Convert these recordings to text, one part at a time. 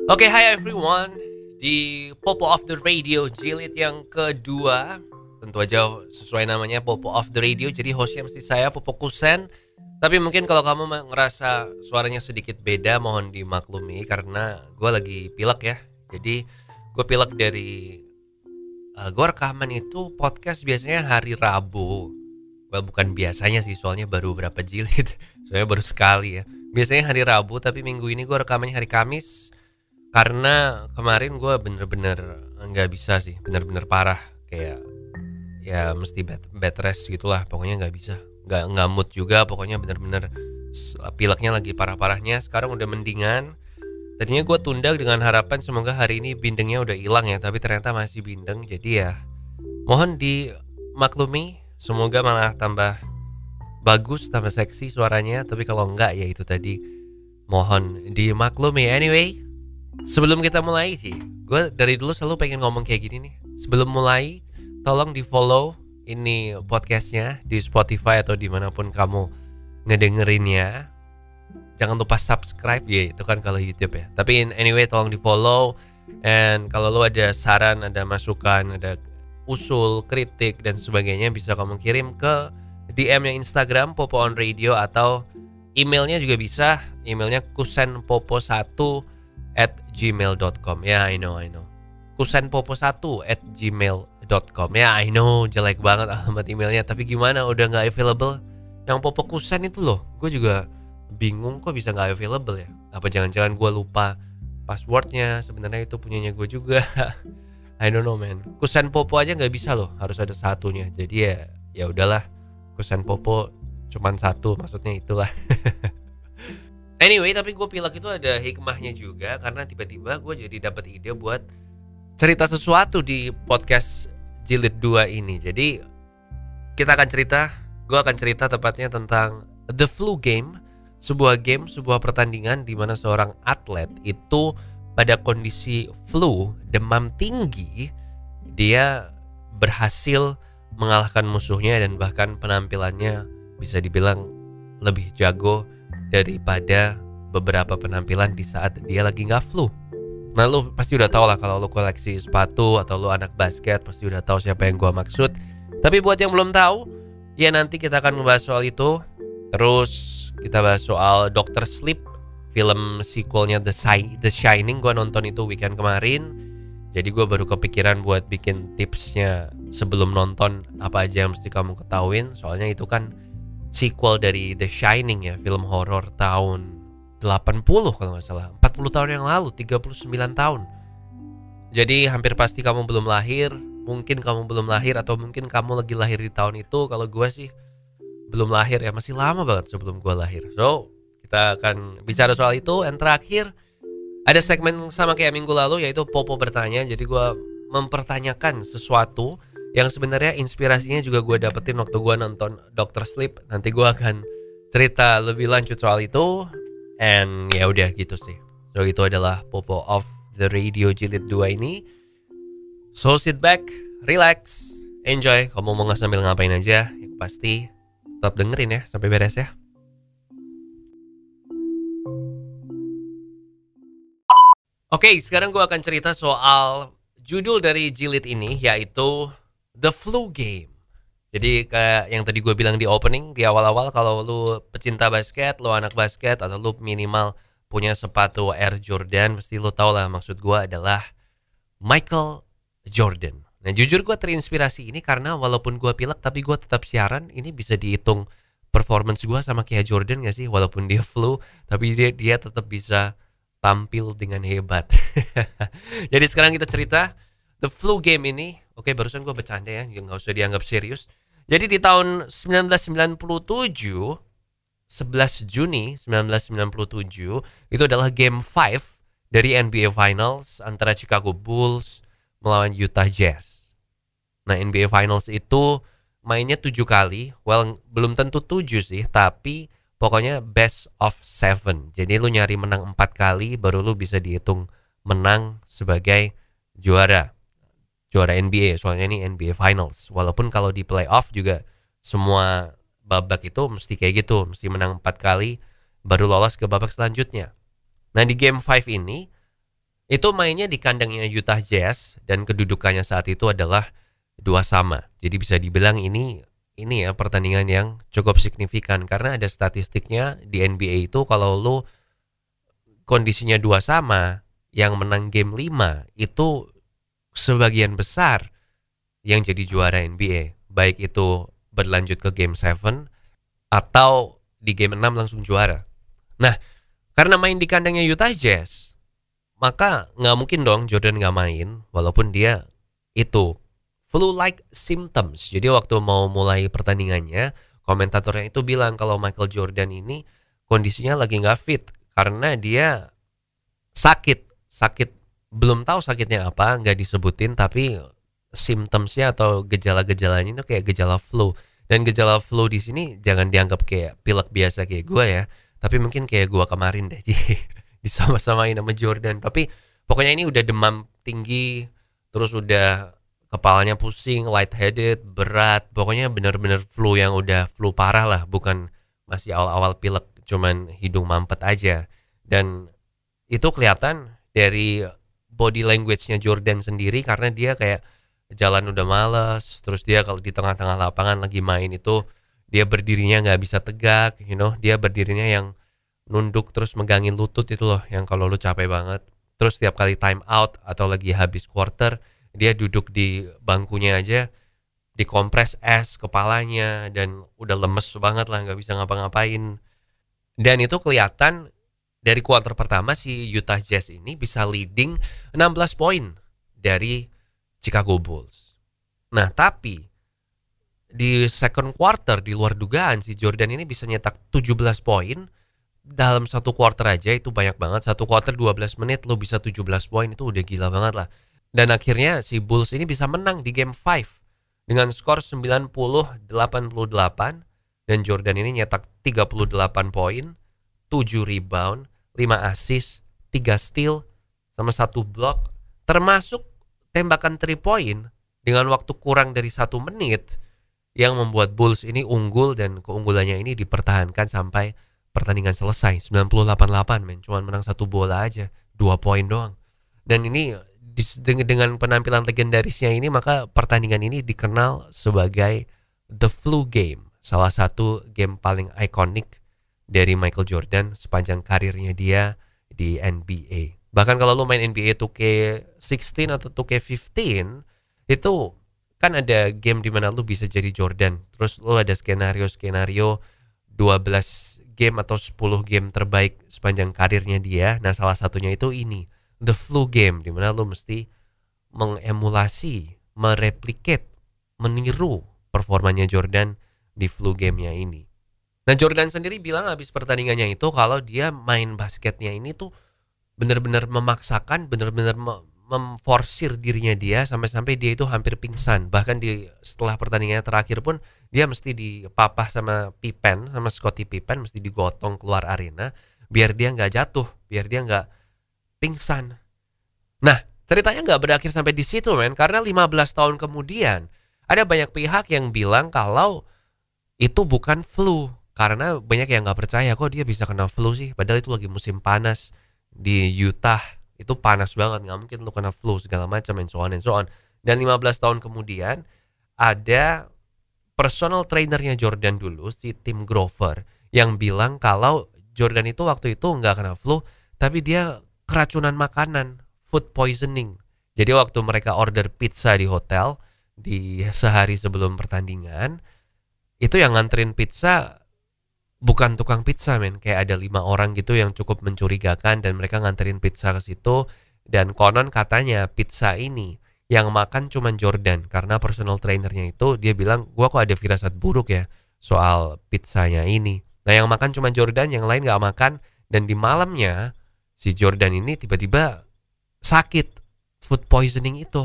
Oke, hi everyone. Di Popo of the Radio jilid yang kedua, tentu aja sesuai namanya Popo of the Radio. Jadi hostnya mesti saya, Popo Kusen. Tapi mungkin kalau kamu ngerasa suaranya sedikit beda, mohon dimaklumi karena gue lagi pilek ya. Jadi gue pilek dari gue rekaman itu podcast biasanya hari Rabu. Well, bukan biasanya sih, soalnya baru berapa jilid. Soalnya baru sekali ya. Biasanya hari Rabu, tapi minggu ini gue rekamannya hari Kamis. Karena kemarin gue bener-bener gak bisa sih, bener-bener parah. Kayak ya mesti bed rest gitulah, pokoknya gak bisa. Gak mood juga, pokoknya bener-bener pileknya lagi parah-parahnya. Sekarang udah mendingan. Tadinya gue tunda dengan harapan semoga hari ini bindengnya udah hilang ya, tapi ternyata masih bindeng. Jadi ya mohon dimaklumi, semoga malah tambah bagus, tambah seksi suaranya. Tapi kalau enggak ya itu tadi, mohon dimaklumi. Anyway, sebelum kita mulai sih, gue dari dulu selalu pengen ngomong kayak gini nih. Sebelum mulai, tolong di follow ini podcastnya di Spotify atau dimanapun kamu ngedengerinnya. Jangan lupa subscribe ya, itu kan kalau YouTube ya. Tapi anyway, tolong di follow. And kalau lo ada saran, ada masukan, ada usul, kritik dan sebagainya, bisa kamu kirim ke DM-nya Instagram Popo on Radio, atau emailnya juga bisa. Emailnya kusenpopo1@gmail.com. Ya, I know. kusenpopo1@gmail.com. Ya, I know, jelek banget alamat emailnya. Tapi gimana, udah gak available. Yang Popo Kusen itu loh, gue juga bingung kok bisa gak available ya. Apa jangan-jangan gue lupa passwordnya, sebenarnya itu punyanya gue juga. I don't know man. Kusen Popo aja gak bisa loh, harus ada satunya. Jadi ya udahlah, Kusen Popo cuman satu, maksudnya itulah. Anyway, tapi gue pilek itu ada hikmahnya juga, karena tiba-tiba gue jadi dapat ide buat cerita sesuatu di podcast jilid 2 ini. Jadi gue akan cerita tepatnya tentang The Flu Game, sebuah pertandingan di mana seorang atlet itu pada kondisi flu, demam tinggi, dia berhasil mengalahkan musuhnya dan bahkan penampilannya bisa dibilang lebih jago daripada beberapa penampilan di saat dia lagi gak flu. Nah, lu pasti udah tau lah, kalau lu koleksi sepatu atau lu anak basket, pasti udah tahu siapa yang gua maksud. Tapi buat yang belum tahu, ya nanti kita akan ngebahas soal itu. Terus kita bahas soal Dr. Sleep, film sequelnya The Shining. Gua nonton itu weekend kemarin. Jadi gua baru kepikiran buat bikin tipsnya sebelum nonton, apa aja yang mesti kamu ketahuin. Soalnya itu kan sequel dari The Shining ya, film horor tahun 80 kalau gak salah, 40 tahun yang lalu, 39 tahun. Jadi hampir pasti kamu belum lahir. Mungkin kamu belum lahir, atau mungkin kamu lagi lahir di tahun itu. Kalau gue sih belum lahir ya, masih lama banget sebelum gue lahir. So kita akan bicara soal itu. Dan terakhir ada segmen sama kayak minggu lalu, yaitu Popo bertanya. Jadi gue mempertanyakan sesuatu yang sebenarnya inspirasinya juga gue dapetin waktu gue nonton Dr. Sleep. Nanti gue akan cerita lebih lanjut soal itu. And ya udah gitu sih. So itu adalah Popo of the Radio jilid 2 ini. So sit back, relax, enjoy. Kamu mau sambil ngapain aja, yang pasti tetap dengerin ya sampai beres ya. Oke, sekarang gue akan cerita soal judul dari jilid ini, yaitu The Flu Game. Jadi kayak yang tadi gue bilang di opening, di awal-awal, kalau lu pecinta basket, lu anak basket, atau lu minimal punya sepatu Air Jordan, pasti lu tau lah maksud gue adalah Michael Jordan. Nah jujur gue terinspirasi ini karena walaupun gue pilek, tapi gue tetap siaran. Ini bisa dihitung performance gue sama kayak Jordan gak sih? Walaupun dia flu, tapi dia tetap bisa tampil dengan hebat. Jadi sekarang kita cerita The Flu Game ini. Oke, barusan gue bercanda ya, gak usah dianggap serius. Jadi di tahun 1997, 11 Juni 1997, itu adalah Game 5 dari NBA Finals antara Chicago Bulls melawan Utah Jazz. Nah, NBA Finals itu mainnya 7 kali. Well, belum tentu 7 sih, tapi pokoknya best of 7. Jadi lu nyari menang 4 kali, baru lu bisa dihitung menang sebagai juara NBA, soalnya ini NBA Finals. Walaupun kalau di playoff juga semua babak itu mesti kayak gitu, mesti menang 4 kali baru lolos ke babak selanjutnya. Nah di Game 5 ini Itu mainnya di kandangnya Utah Jazz dan kedudukannya saat itu adalah 2-2. Jadi bisa dibilang ini ya pertandingan yang cukup signifikan karena ada statistiknya di NBA itu kalau lu kondisinya 2-2, yang menang game 5 itu sebagian besar yang jadi juara NBA. Baik itu berlanjut ke game 7 atau di game 6 langsung juara. Nah, karena main di kandangnya Utah Jazz, maka nggak mungkin dong Jordan nggak main, walaupun dia itu flu-like symptoms. Jadi waktu mau mulai pertandingannya, komentatornya itu bilang kalau Michael Jordan ini kondisinya lagi nggak fit karena dia sakit. Belum tahu sakitnya apa, nggak disebutin, tapi symptomsnya atau gejala-gejalanya itu kayak gejala flu. Dan gejala flu di sini jangan dianggap kayak pilek biasa kayak gue ya, tapi mungkin kayak gue kemarin deh. Jadi disama-samain sama Jordan. Tapi pokoknya ini udah demam tinggi, terus udah kepalanya pusing, lightheaded, berat. Pokoknya bener-bener flu yang udah flu parah lah, bukan masih awal-awal pilek, cuman hidung mampet aja. Dan itu kelihatan dari body language-nya Jordan sendiri karena dia kayak jalan udah males, terus dia kalau di tengah-tengah lapangan lagi main itu dia berdirinya nggak bisa tegak, dia berdirinya yang nunduk terus megangin lutut itu loh, yang kalau lu capek banget. Terus setiap kali time out atau lagi habis quarter, dia duduk di bangkunya aja, dikompres es kepalanya dan udah lemes banget lah, nggak bisa ngapa-ngapain. Dan itu kelihatan dari kuarter pertama si Utah Jazz ini bisa leading 16 poin dari Chicago Bulls. Nah, tapi di second quarter di luar dugaan si Jordan ini bisa nyetak 17 poin dalam satu quarter aja, itu banyak banget. Satu quarter 12 menit lo bisa 17 poin, itu udah gila banget lah. Dan akhirnya si Bulls ini bisa menang di game 5 dengan skor 90-88 dan Jordan ini nyetak 38 poin, 7 rebound, 5 assist, 3 steal, sama 1 block, termasuk tembakan 3 point dengan waktu kurang dari 1 menit yang membuat Bulls ini unggul dan keunggulannya ini dipertahankan sampai pertandingan selesai. 98-8 men, cuman menang 1 bola aja, 2 poin doang. Dan ini dengan penampilan legendarisnya ini, maka pertandingan ini dikenal sebagai The Flu Game, salah satu game paling ikonik dari Michael Jordan sepanjang karirnya dia di NBA. Bahkan kalau lu main NBA 2K16 atau 2K15, itu kan ada game di mana lu bisa jadi Jordan. Terus lu ada skenario 12 game atau 10 game terbaik sepanjang karirnya dia. Nah, salah satunya itu ini, The Flu Game, di mana lu mesti mengemulasi, mereplicate, meniru performanya Jordan di Flu Game-nya ini. Nah, Jordan sendiri bilang habis pertandingannya itu kalau dia main basketnya ini tuh benar-benar memaksakan, benar-benar memforsir dirinya dia sampai-sampai dia itu hampir pingsan. Bahkan setelah pertandingannya terakhir pun dia mesti dipapah sama Scottie Pippen, mesti digotong keluar arena biar dia nggak jatuh, biar dia nggak pingsan. Nah, ceritanya nggak berakhir sampai di situ, men, karena 15 tahun kemudian ada banyak pihak yang bilang kalau itu bukan flu. Karena banyak yang nggak percaya kok dia bisa kena flu sih, padahal itu lagi musim panas di Utah, itu panas banget, nggak mungkin lu kena flu segala macam and so on. Dan 15 tahun kemudian ada personal trainernya Jordan dulu, si Tim Grover, yang bilang kalau Jordan itu waktu itu nggak kena flu, tapi dia keracunan makanan, food poisoning. Jadi waktu mereka order pizza di hotel di sehari sebelum pertandingan, itu yang nganterin pizza bukan tukang pizza, men. Kayak ada 5 orang gitu yang cukup mencurigakan dan mereka nganterin pizza ke situ. Dan konon katanya pizza ini yang makan cuman Jordan karena personal trainernya itu dia bilang, gua kok ada firasat buruk ya soal pizzanya ini. Nah, yang makan cuma Jordan, yang lain gak makan. Dan di malamnya si Jordan ini tiba-tiba sakit food poisoning itu.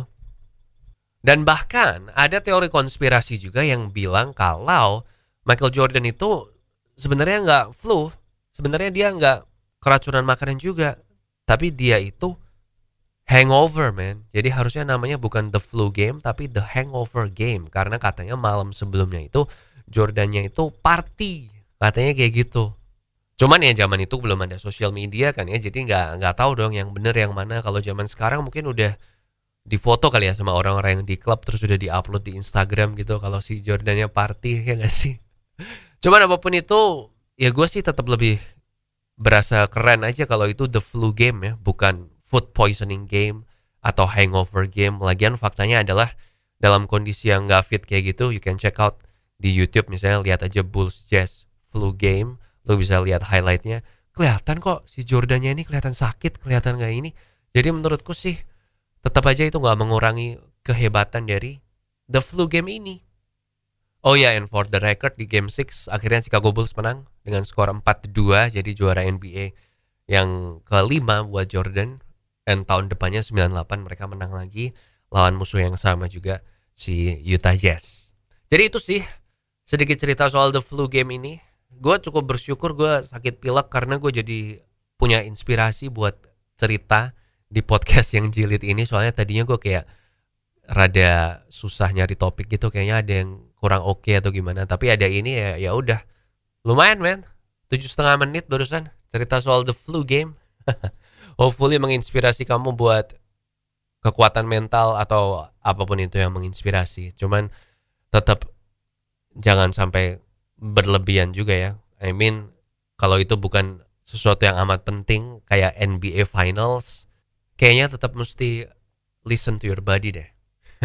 Dan bahkan ada teori konspirasi juga yang bilang kalau Michael Jordan itu sebenarnya nggak flu, sebenarnya dia nggak keracunan makanan juga, tapi dia itu hangover, man. Jadi harusnya namanya bukan the flu game, tapi the hangover game, karena katanya malam sebelumnya itu Jordannya itu party, katanya kayak gitu. Cuman ya zaman itu belum ada sosial media kan ya, jadi nggak tahu dong yang bener yang mana. Kalau zaman sekarang mungkin udah difoto kali ya sama orang-orang yang di klub terus udah diupload di Instagram gitu. Kalau si Jordannya party ya nggak sih? Cuman apapun itu, ya gue sih tetap lebih berasa keren aja kalau itu the flu game ya, bukan food poisoning game atau hangover game. Lagian faktanya adalah dalam kondisi yang nggak fit kayak gitu, you can check out di YouTube misalnya, lihat aja Bulls Jazz flu game, lu bisa lihat highlightnya. Kelihatan kok si Jordannya ini kelihatan sakit, kelihatan nggak ini. Jadi menurutku sih tetap aja itu nggak mengurangi kehebatan dari the flu game ini. Oh ya, and for the record di Game 6 akhirnya Chicago Bulls menang dengan skor 4-2 jadi juara NBA yang kelima buat Jordan. Dan tahun depannya 98 mereka menang lagi lawan musuh yang sama juga, si Utah Jazz. Jadi itu sih sedikit cerita soal the flu game ini. Gue cukup bersyukur gue sakit pilek karena gue jadi punya inspirasi buat cerita di podcast yang jilid ini. Soalnya tadinya gue kayak rada susah nyari topik gitu, kayaknya ada yang kurang oke atau gimana. Tapi ada ini ya udah lumayan men. 7,5 menit barusan cerita soal the flu game. Hopefully menginspirasi kamu buat kekuatan mental atau apapun itu yang menginspirasi. Cuman tetap jangan sampai berlebihan juga ya. I mean kalau itu bukan sesuatu yang amat penting kayak NBA Finals, kayaknya tetap mesti listen to your body deh.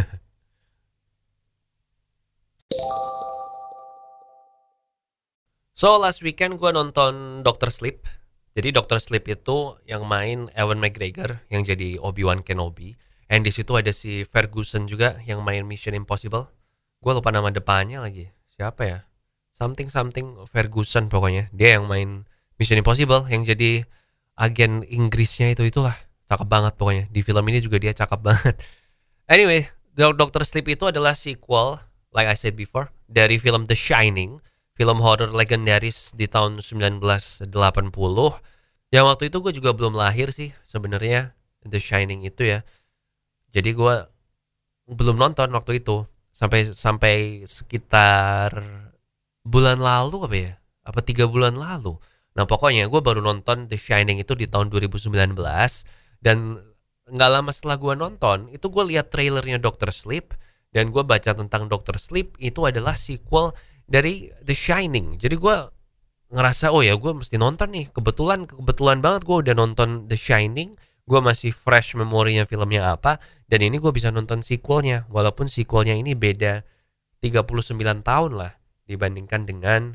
So last weekend gue nonton Dr. Sleep. Jadi Dr. Sleep itu yang main Ewan McGregor yang jadi Obi-Wan Kenobi. And di situ ada si Ferguson juga yang main Mission Impossible. Gue lupa nama depannya lagi. Siapa ya? Something Ferguson pokoknya. Dia yang main Mission Impossible yang jadi agen Inggrisnya itulah. Cakep banget pokoknya. Di film ini juga dia cakep banget. Anyway, Dr. Sleep itu adalah sequel, like I said before, dari film The Shining, film horror legendaris di tahun 1980. Yang waktu itu gue juga belum lahir sih sebenarnya, The Shining itu ya. Jadi gue belum nonton waktu itu sampai sekitar bulan lalu apa ya? Apa 3 bulan lalu. Nah pokoknya gue baru nonton The Shining itu di tahun 2019 dan nggak lama setelah gue nonton itu gue lihat trailernya Dr. Sleep dan gue baca tentang Dr. Sleep itu adalah sequel dari The Shining. Jadi gue ngerasa oh ya gue mesti nonton nih. Kebetulan banget gue udah nonton The Shining. Gue masih fresh memorinya filmnya apa. Dan ini gue bisa nonton sequelnya. Walaupun sequelnya ini beda 39 tahun lah dibandingkan dengan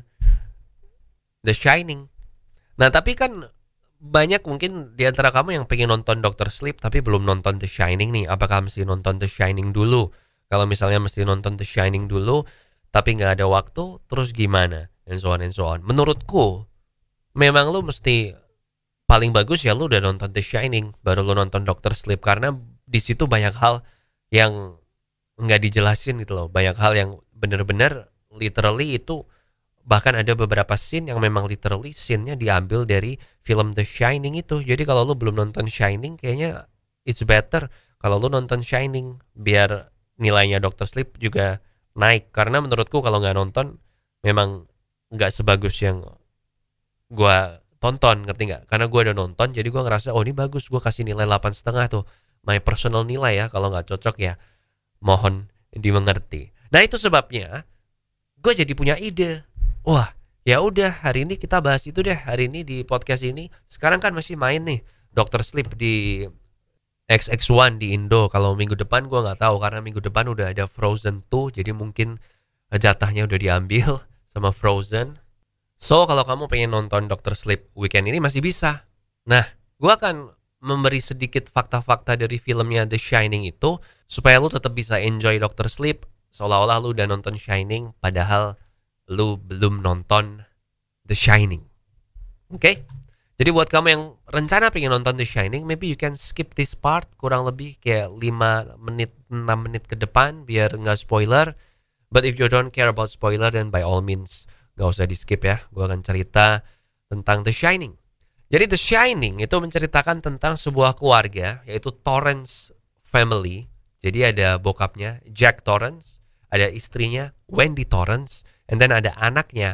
The Shining. Nah tapi kan banyak mungkin di antara kamu yang pengen nonton Dr. Sleep tapi belum nonton The Shining nih. Apakah mesti nonton The Shining dulu? Kalau misalnya mesti nonton The Shining dulu tapi nggak ada waktu, terus gimana? And so on. Menurutku memang lu mesti paling bagus ya lu udah nonton The Shining baru lu nonton Dr. Sleep, karena di situ banyak hal yang nggak dijelasin gitu loh. Banyak hal yang bener-bener literally itu, bahkan ada beberapa scene yang memang literally scene-nya diambil dari film The Shining itu. Jadi kalau lu belum nonton Shining kayaknya it's better kalau lu nonton Shining biar nilainya Dr. Sleep juga naik. Karena menurutku kalau nggak nonton memang nggak sebagus yang gue tonton, ngerti nggak? Karena gue udah nonton jadi gue ngerasa oh ini bagus, gue kasih nilai 8,5 tuh, my personal nilai ya. Kalau nggak cocok ya mohon dimengerti. Nah itu sebabnya gue jadi punya ide. Wah, ya udah hari ini kita bahas itu deh. Hari ini di podcast ini. Sekarang kan masih main nih Dr. Sleep di XX1 di Indo. Kalau minggu depan gue nggak tahu karena minggu depan udah ada Frozen 2. Jadi mungkin jatahnya udah diambil sama Frozen. So kalau kamu pengen nonton Dr. Sleep weekend ini masih bisa. Nah, gue akan memberi sedikit fakta-fakta dari filmnya The Shining itu supaya lu tetap bisa enjoy Dr. Sleep seolah-olah lu udah nonton Shining padahal lu belum nonton The Shining. Oke? Jadi buat kamu yang rencana pengen nonton The Shining, maybe you can skip this part kurang lebih kayak 5 menit, 6 menit ke depan biar nggak spoiler. But if you don't care about spoiler, then by all means nggak usah di skip ya. Gue akan cerita tentang The Shining. Jadi The Shining itu menceritakan tentang sebuah keluarga yaitu Torrance family. Jadi ada bokapnya Jack Torrance, ada istrinya Wendy Torrance, and then ada anaknya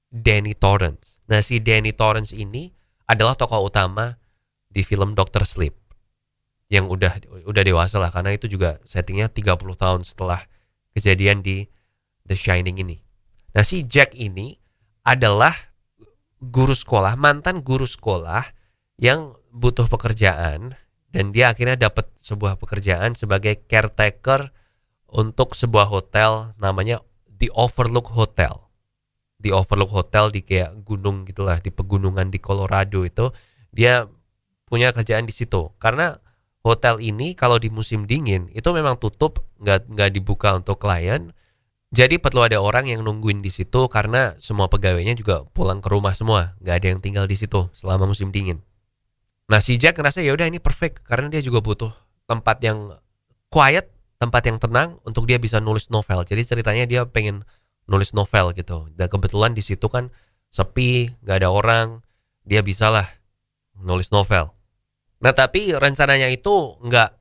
Danny Torrance. Nah, si Danny Torrance ini adalah tokoh utama di film Doctor Sleep yang udah dewasa lah, karena itu juga settingnya 30 tahun setelah kejadian di The Shining ini. Nah, si Jack ini adalah guru sekolah, mantan guru sekolah yang butuh pekerjaan, dan dia akhirnya dapat sebuah pekerjaan sebagai caretaker untuk sebuah hotel namanya The Overlook Hotel. The Overlook Hotel di kayak gunung gitulah, di pegunungan di Colorado itu. Dia punya kerjaan di situ karena hotel ini kalau di musim dingin itu memang tutup, nggak dibuka untuk klien. Jadi perlu ada orang yang nungguin di situ karena semua pegawainya juga pulang ke rumah semua, nggak ada yang tinggal di situ selama musim dingin. Nah, si Jack ngerasa ya udah ini perfect karena dia juga butuh tempat yang quiet, tempat yang tenang untuk dia bisa nulis novel. Jadi ceritanya dia pengen nulis novel gitu. Dan kebetulan di situ kan sepi, nggak ada orang, dia bisalah nulis novel. Nah, tapi rencananya itu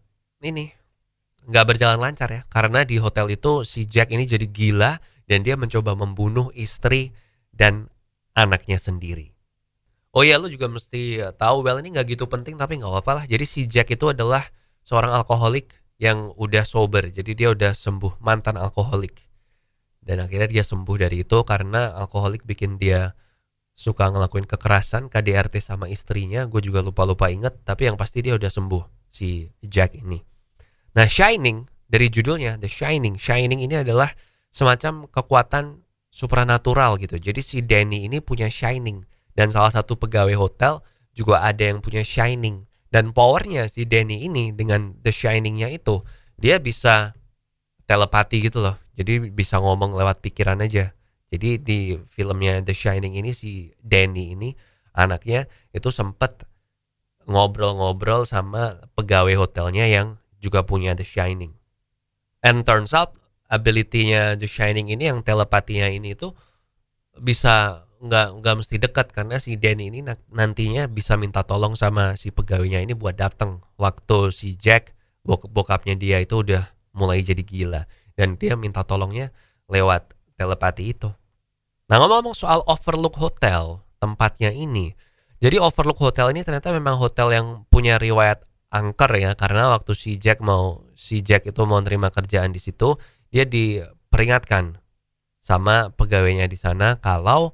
nggak berjalan lancar ya, karena di hotel itu si Jack ini jadi gila dan dia mencoba membunuh istri dan anaknya sendiri. Oh ya, lu juga mesti tahu, well ini nggak gitu penting tapi nggak apa-apa lah. Jadi si Jack itu adalah seorang alkoholik yang udah sober, jadi dia udah sembuh, mantan alkoholik. Dan akhirnya dia sembuh dari itu karena alkoholik bikin dia suka ngelakuin kekerasan, KDRT sama istrinya. Gue juga lupa-lupa inget, tapi yang pasti dia udah sembuh si Jack ini. Nah, Shining dari judulnya The Shining. Shining ini adalah semacam kekuatan supranatural gitu. Jadi si Danny ini punya Shining, dan salah satu pegawai hotel juga ada yang punya Shining. Dan powernya si Danny ini dengan The Shining-nya itu, dia bisa telepati gitu loh. Jadi bisa ngomong lewat pikiran aja. Jadi di filmnya The Shining ini si Danny ini, anaknya itu sempet ngobrol-ngobrol sama pegawai hotelnya yang juga punya The Shining. And turns out ability-nya The Shining ini, yang telepatinya ini itu bisa nggak mesti dekat, karena si Danny ini nantinya bisa minta tolong sama si pegawainya ini buat datang waktu si Jack, bokapnya dia itu udah mulai jadi gila, dan dia minta tolongnya lewat telepati itu. Nah, ngomong-ngomong soal Overlook Hotel, tempatnya ini, jadi Overlook Hotel ini ternyata memang hotel yang punya riwayat angker ya, karena waktu si Jack itu mau nerima kerjaan di situ, dia diperingatkan sama pegawainya di sana kalau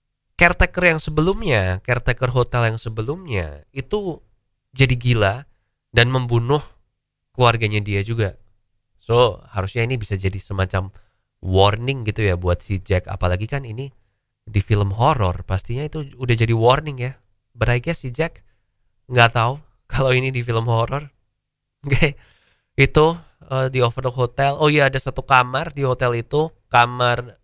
caretaker hotel yang sebelumnya itu jadi gila dan membunuh keluarganya dia juga. So, harusnya ini bisa jadi semacam warning gitu ya buat si Jack. Apalagi kan ini di film horor, pastinya itu udah jadi warning ya. But I guess si Jack nggak tahu kalau ini di film horor. Oke, itu di Overlook Hotel. Oh iya, ada satu kamar di hotel itu, kamar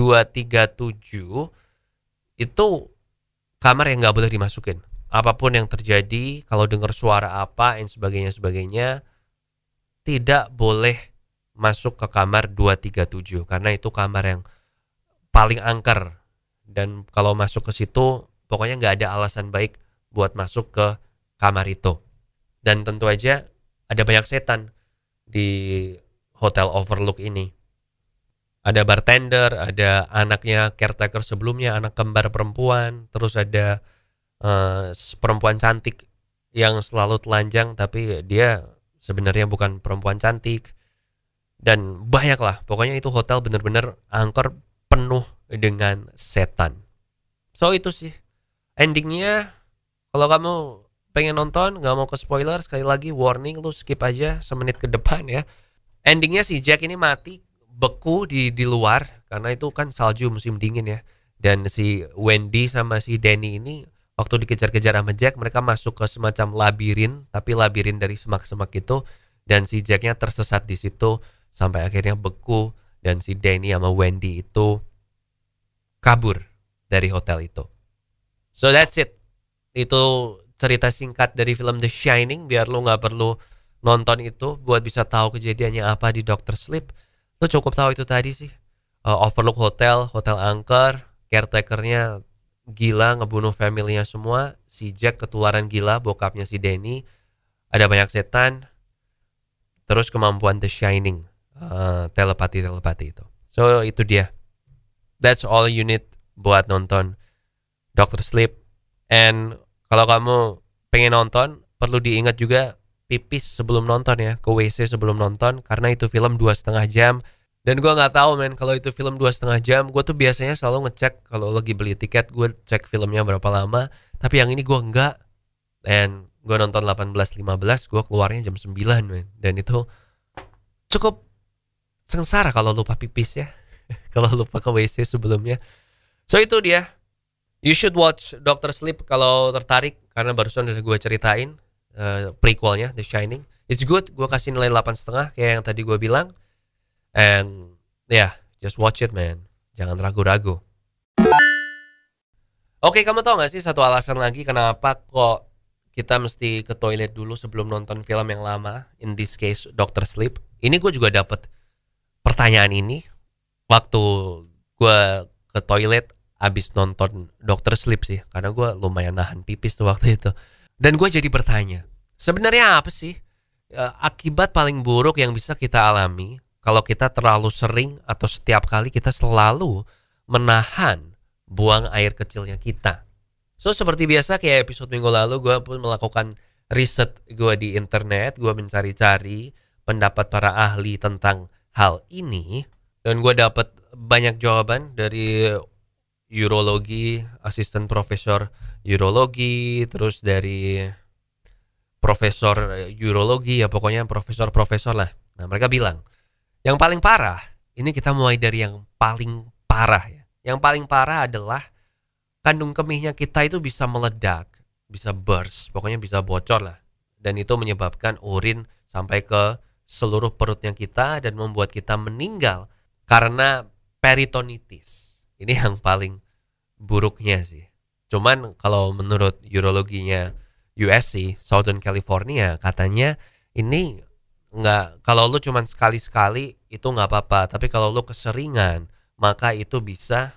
237. Itu kamar yang nggak boleh dimasukin. Apapun yang terjadi, kalau dengar suara apa dan sebagainya, tidak boleh masuk ke kamar 237 karena itu kamar yang paling angker. Dan kalau masuk ke situ, pokoknya nggak ada alasan baik buat masuk ke kamar itu. Dan tentu aja ada banyak setan di Hotel Overlook ini. Ada bartender, ada anaknya caretaker sebelumnya, anak kembar perempuan, terus ada perempuan cantik yang selalu telanjang tapi dia sebenarnya bukan perempuan cantik. Dan banyak lah, pokoknya itu hotel bener-bener angker, penuh dengan setan. So itu sih endingnya. Kalau kamu pengen nonton, gak mau ke spoiler, sekali lagi warning, lu skip aja semenit ke depan ya. Endingnya si Jack ini mati, beku di luar, karena itu kan salju musim dingin ya. Dan si Wendy sama si Danny ini waktu dikejar-kejar sama Jack, mereka masuk ke semacam labirin, tapi labirin dari semak-semak itu. Dan si Jacknya tersesat di situ sampai akhirnya beku, dan si Danny sama Wendy itu kabur dari hotel itu. So that's it. Itu cerita singkat dari film The Shining, biar lu gak perlu nonton itu buat bisa tahu kejadiannya apa di Doctor Sleep. Lu cukup tahu itu tadi sih. Overlook Hotel, hotel angker, caretakernya gila ngebunuh familynya semua, si Jack ketularan gila, bokapnya si Danny, ada banyak setan, terus kemampuan The Shining, telepati itu. So itu dia. That's all you need buat nonton Doctor Sleep. And kalau kamu pengen nonton, perlu diingat juga pipis sebelum nonton ya, ke WC sebelum nonton, karena itu film 2,5 jam. Dan gue nggak tahu men, kalau itu film 2,5 jam, gue tuh biasanya selalu ngecek kalau lagi beli tiket, gue cek filmnya berapa lama. Tapi yang ini gue enggak. Dan gue nonton 18.15, gue keluarnya jam 9 men. Dan itu cukup sengsara kalau lupa pipis ya. Kalau lupa ke WC sebelumnya. So itu dia. You should watch Doctor Sleep kalau tertarik, karena barusan udah gue ceritain prequelnya The Shining. It's good. Gue kasih nilai 8,5 kayak yang tadi gue bilang. And yeah, just watch it man. Jangan ragu-ragu. Oke, kamu tau gak sih satu alasan lagi kenapa kok kita mesti ke toilet dulu sebelum nonton film yang lama? In this case Doctor Sleep. Ini gue juga dapet pertanyaan ini waktu gue ke toilet abis nonton Doctor Sleep sih. Karena gue lumayan nahan pipis tuh waktu itu. Dan gue jadi bertanya, sebenarnya apa sih akibat paling buruk yang bisa kita alami kalau kita terlalu sering atau setiap kali kita selalu menahan buang air kecilnya kita? So seperti biasa kayak episode minggu lalu, gue pun melakukan riset gue di internet. Gue mencari-cari pendapat para ahli tentang hal ini. Dan gue dapat banyak jawaban dari urologi, asisten profesor urologi, terus dari profesor urologi, ya pokoknya profesor-profesor lah. Nah mereka bilang, yang paling parah, ini kita mulai dari yang paling parah ya. Yang paling parah adalah kandung kemihnya kita itu bisa meledak, bisa burst, pokoknya bisa bocor lah. Dan itu menyebabkan urin sampai ke seluruh perutnya kita dan membuat kita meninggal karena peritonitis. Ini yang paling buruknya sih. Cuman kalau menurut urologinya USC, Southern California, katanya ini nggak, kalau lu cuman sekali-sekali itu nggak apa-apa, tapi kalau lu keseringan maka itu bisa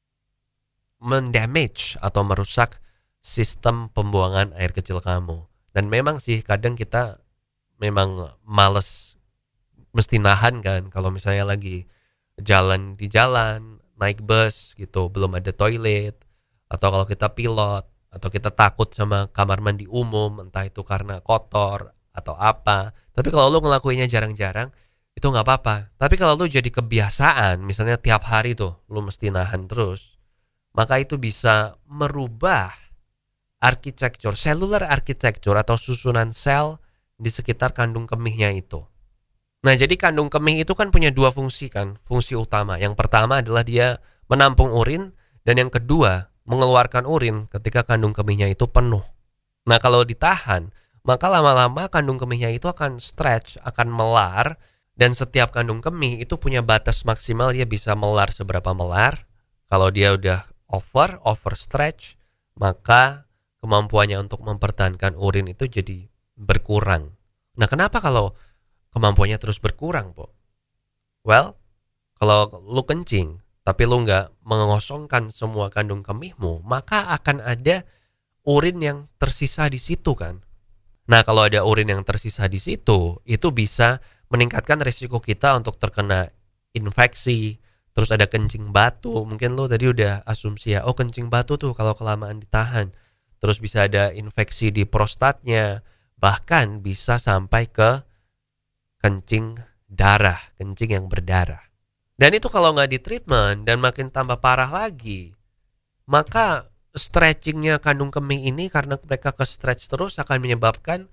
mendamage atau merusak sistem pembuangan air kecil kamu. Dan memang sih kadang kita memang males mesti nahan kan, kalau misalnya lagi jalan di jalan, naik bus gitu, belum ada toilet, atau kalau kita pilot, atau kita takut sama kamar mandi umum, entah itu karena kotor atau apa. Tapi kalau lu ngelakuinnya jarang-jarang, itu nggak apa-apa. Tapi kalau lu jadi kebiasaan, misalnya tiap hari tuh lu mesti nahan terus, maka itu bisa merubah arsitektur, cellular architecture atau susunan sel di sekitar kandung kemihnya itu. Nah, jadi kandung kemih itu kan punya dua fungsi kan, fungsi utama. Yang pertama adalah dia menampung urin, dan yang kedua mengeluarkan urin ketika kandung kemihnya itu penuh. Nah, kalau ditahan, maka lama-lama kandung kemihnya itu akan stretch, akan melar, dan setiap kandung kemih itu punya batas maksimal, dia bisa melar seberapa melar. Kalau dia udah over stretch, maka kemampuannya untuk mempertahankan urin itu jadi berkurang. Nah, kenapa kalau kemampuannya terus berkurang, Po? Well, kalau lu kencing, tapi lu nggak mengosongkan semua kandung kemihmu, maka akan ada urin yang tersisa di situ kan. Nah, kalau ada urin yang tersisa di situ, itu bisa meningkatkan risiko kita untuk terkena infeksi. Terus ada kencing batu. Mungkin lo tadi udah asumsi ya, oh kencing batu tuh kalau kelamaan ditahan. Terus bisa ada infeksi di prostatnya. Bahkan bisa sampai ke kencing darah, kencing yang berdarah. Dan itu kalau nggak di treatment dan makin tambah parah lagi, maka stretchingnya kandung kemih ini, karena mereka ke stretch terus, akan menyebabkan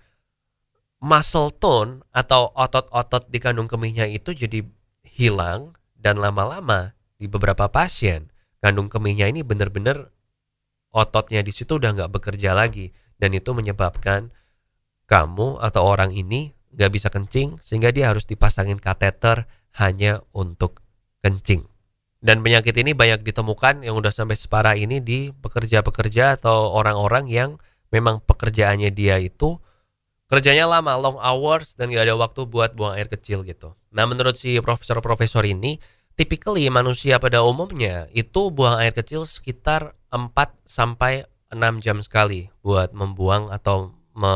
muscle tone atau otot-otot di kandung kemihnya itu jadi hilang. Dan lama-lama di beberapa pasien, kandung kemihnya ini benar-benar ototnya di situ udah nggak bekerja lagi, dan itu menyebabkan kamu atau orang ini nggak bisa kencing, sehingga dia harus dipasangin kateter hanya untuk kencing. Dan penyakit ini banyak ditemukan yang udah sampai separah ini di pekerja-pekerja atau orang-orang yang memang pekerjaannya dia itu kerjanya lama, long hours, dan gak ada waktu buat buang air kecil gitu. Nah, menurut si profesor-profesor ini, typically manusia pada umumnya itu buang air kecil sekitar 4-6 jam sekali buat membuang atau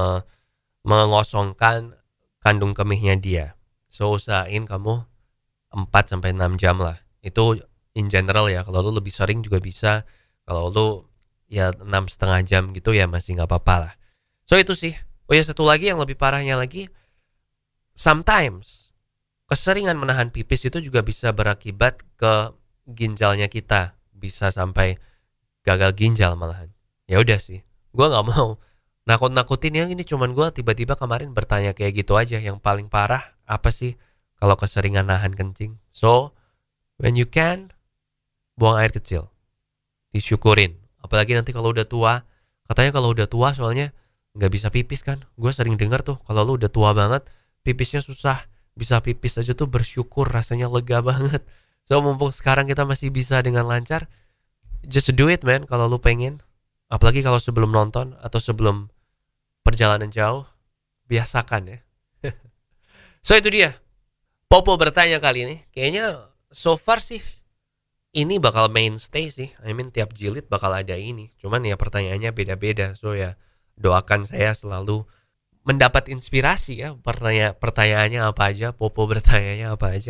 mengosongkan kandung kemihnya dia. So, usahain kamu 4-6 jam lah. Itu in general ya. Kalau lu lebih sering juga bisa. Kalau lu ya 6,5 jam gitu ya masih nggak apa-apa lah. So itu sih. Oh ya, satu lagi yang lebih parahnya lagi, sometimes keseringan menahan pipis itu juga bisa berakibat ke ginjalnya kita, bisa sampai gagal ginjal malahan. Ya udah sih, gue nggak mau nakut-nakutin yang ini, cuman gue tiba-tiba kemarin bertanya kayak gitu aja. Yang paling parah apa sih kalau keseringan nahan kencing? So when you can, buang air kecil, disyukurin. Apalagi nanti kalau udah tua, katanya kalau udah tua soalnya nggak bisa pipis kan. Gue sering dengar tuh kalau lu udah tua banget pipisnya susah, bisa pipis aja tuh bersyukur, rasanya lega banget. So mumpung sekarang kita masih bisa dengan lancar, just do it man kalau lu pengen. Apalagi kalau sebelum nonton atau sebelum perjalanan jauh, biasakan ya. So itu dia, Popo bertanya kali ini. Kayaknya so far sih ini bakal mainstay sih. I mean tiap jilid bakal ada ini. Cuman ya pertanyaannya beda-beda. So ya doakan saya selalu mendapat inspirasi ya. Pertanyaannya apa aja, Popo bertanyanya apa aja.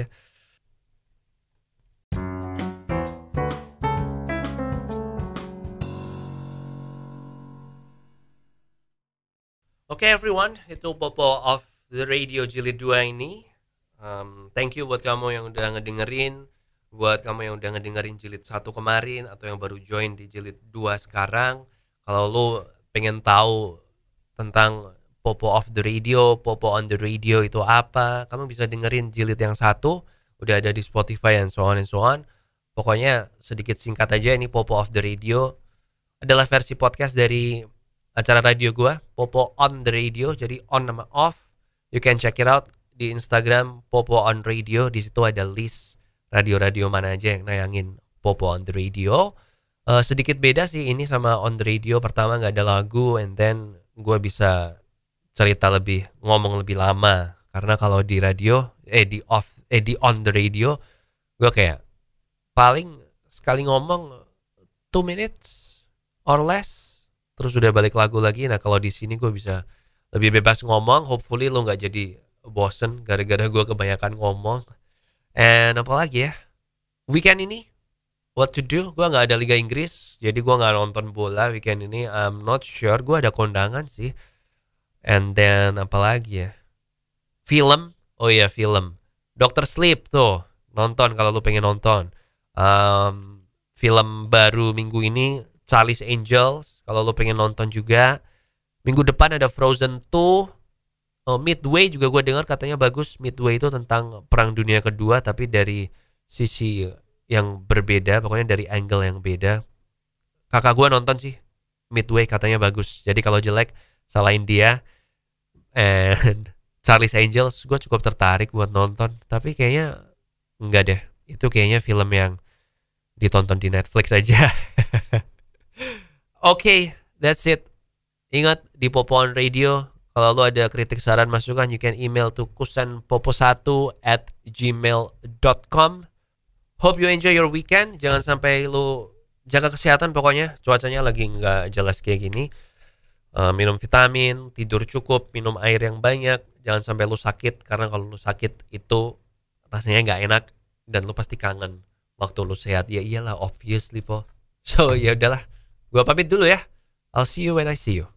Oke everyone, itu Popo of the Radio Jilid 2 ini. Thank you buat kamu yang udah ngedengerin, buat kamu yang udah ngedengerin jilid 1 kemarin atau yang baru join di jilid 2 sekarang. Kalau lu pengen tahu tentang Popo of the Radio, Popo on the Radio itu apa, kamu bisa dengerin jilid yang 1, udah ada di Spotify and so on and so on. Pokoknya sedikit singkat aja, ini Popo of the Radio adalah versi podcast dari acara radio gua, Popo on the Radio, jadi on nama off. You can check it out di Instagram Popo on Radio. Di situ ada list radio-radio mana aja yang nayangin Popo on the Radio. Sedikit beda sih ini sama on the Radio. Pertama nggak ada lagu, and then gue bisa cerita lebih, ngomong lebih lama. Karena kalau di radio, di on the Radio, gue kayak paling sekali ngomong 2 minutes or less, terus udah balik lagu lagi. Nah kalau di sini gue bisa lebih bebas ngomong. Hopefully lo nggak jadi bosen gara-gara gue kebanyakan ngomong. And apa lagi ya, weekend ini what to do, gue nggak ada Liga Inggris, jadi gue nggak nonton bola weekend ini. I'm not sure, gue ada kondangan sih. And then apa lagi ya, film, oh iya film Dr. Sleep tuh, nonton kalau lu pengen nonton. Film baru minggu ini Charlie's Angels, kalau lu pengen nonton juga. Minggu depan ada Frozen 2. Midway juga gue dengar katanya bagus. Midway itu tentang Perang Dunia Kedua, tapi dari sisi yang berbeda, pokoknya dari angle yang beda. Kakak gue nonton sih Midway, katanya bagus. Jadi kalau jelek salahin dia. And Charlie's Angels gue cukup tertarik buat nonton, tapi kayaknya enggak deh. Itu kayaknya film yang ditonton di Netflix aja. Okay, that's it. Ingat di Popo on Radio, kalau lu ada kritik, saran, masukan, you can email to kusenpopo1@gmail.com. Hope you enjoy your weekend. Jangan sampai lu, jaga kesehatan pokoknya. Cuacanya lagi nggak jelas kayak gini. Minum vitamin, tidur cukup, minum air yang banyak. Jangan sampai lu sakit, karena kalau lu sakit itu rasanya nggak enak dan lu pasti kangen waktu lu sehat. Ya iyalah, obviously po. So ya udahlah, gua pamit dulu ya. I'll see you when I see you.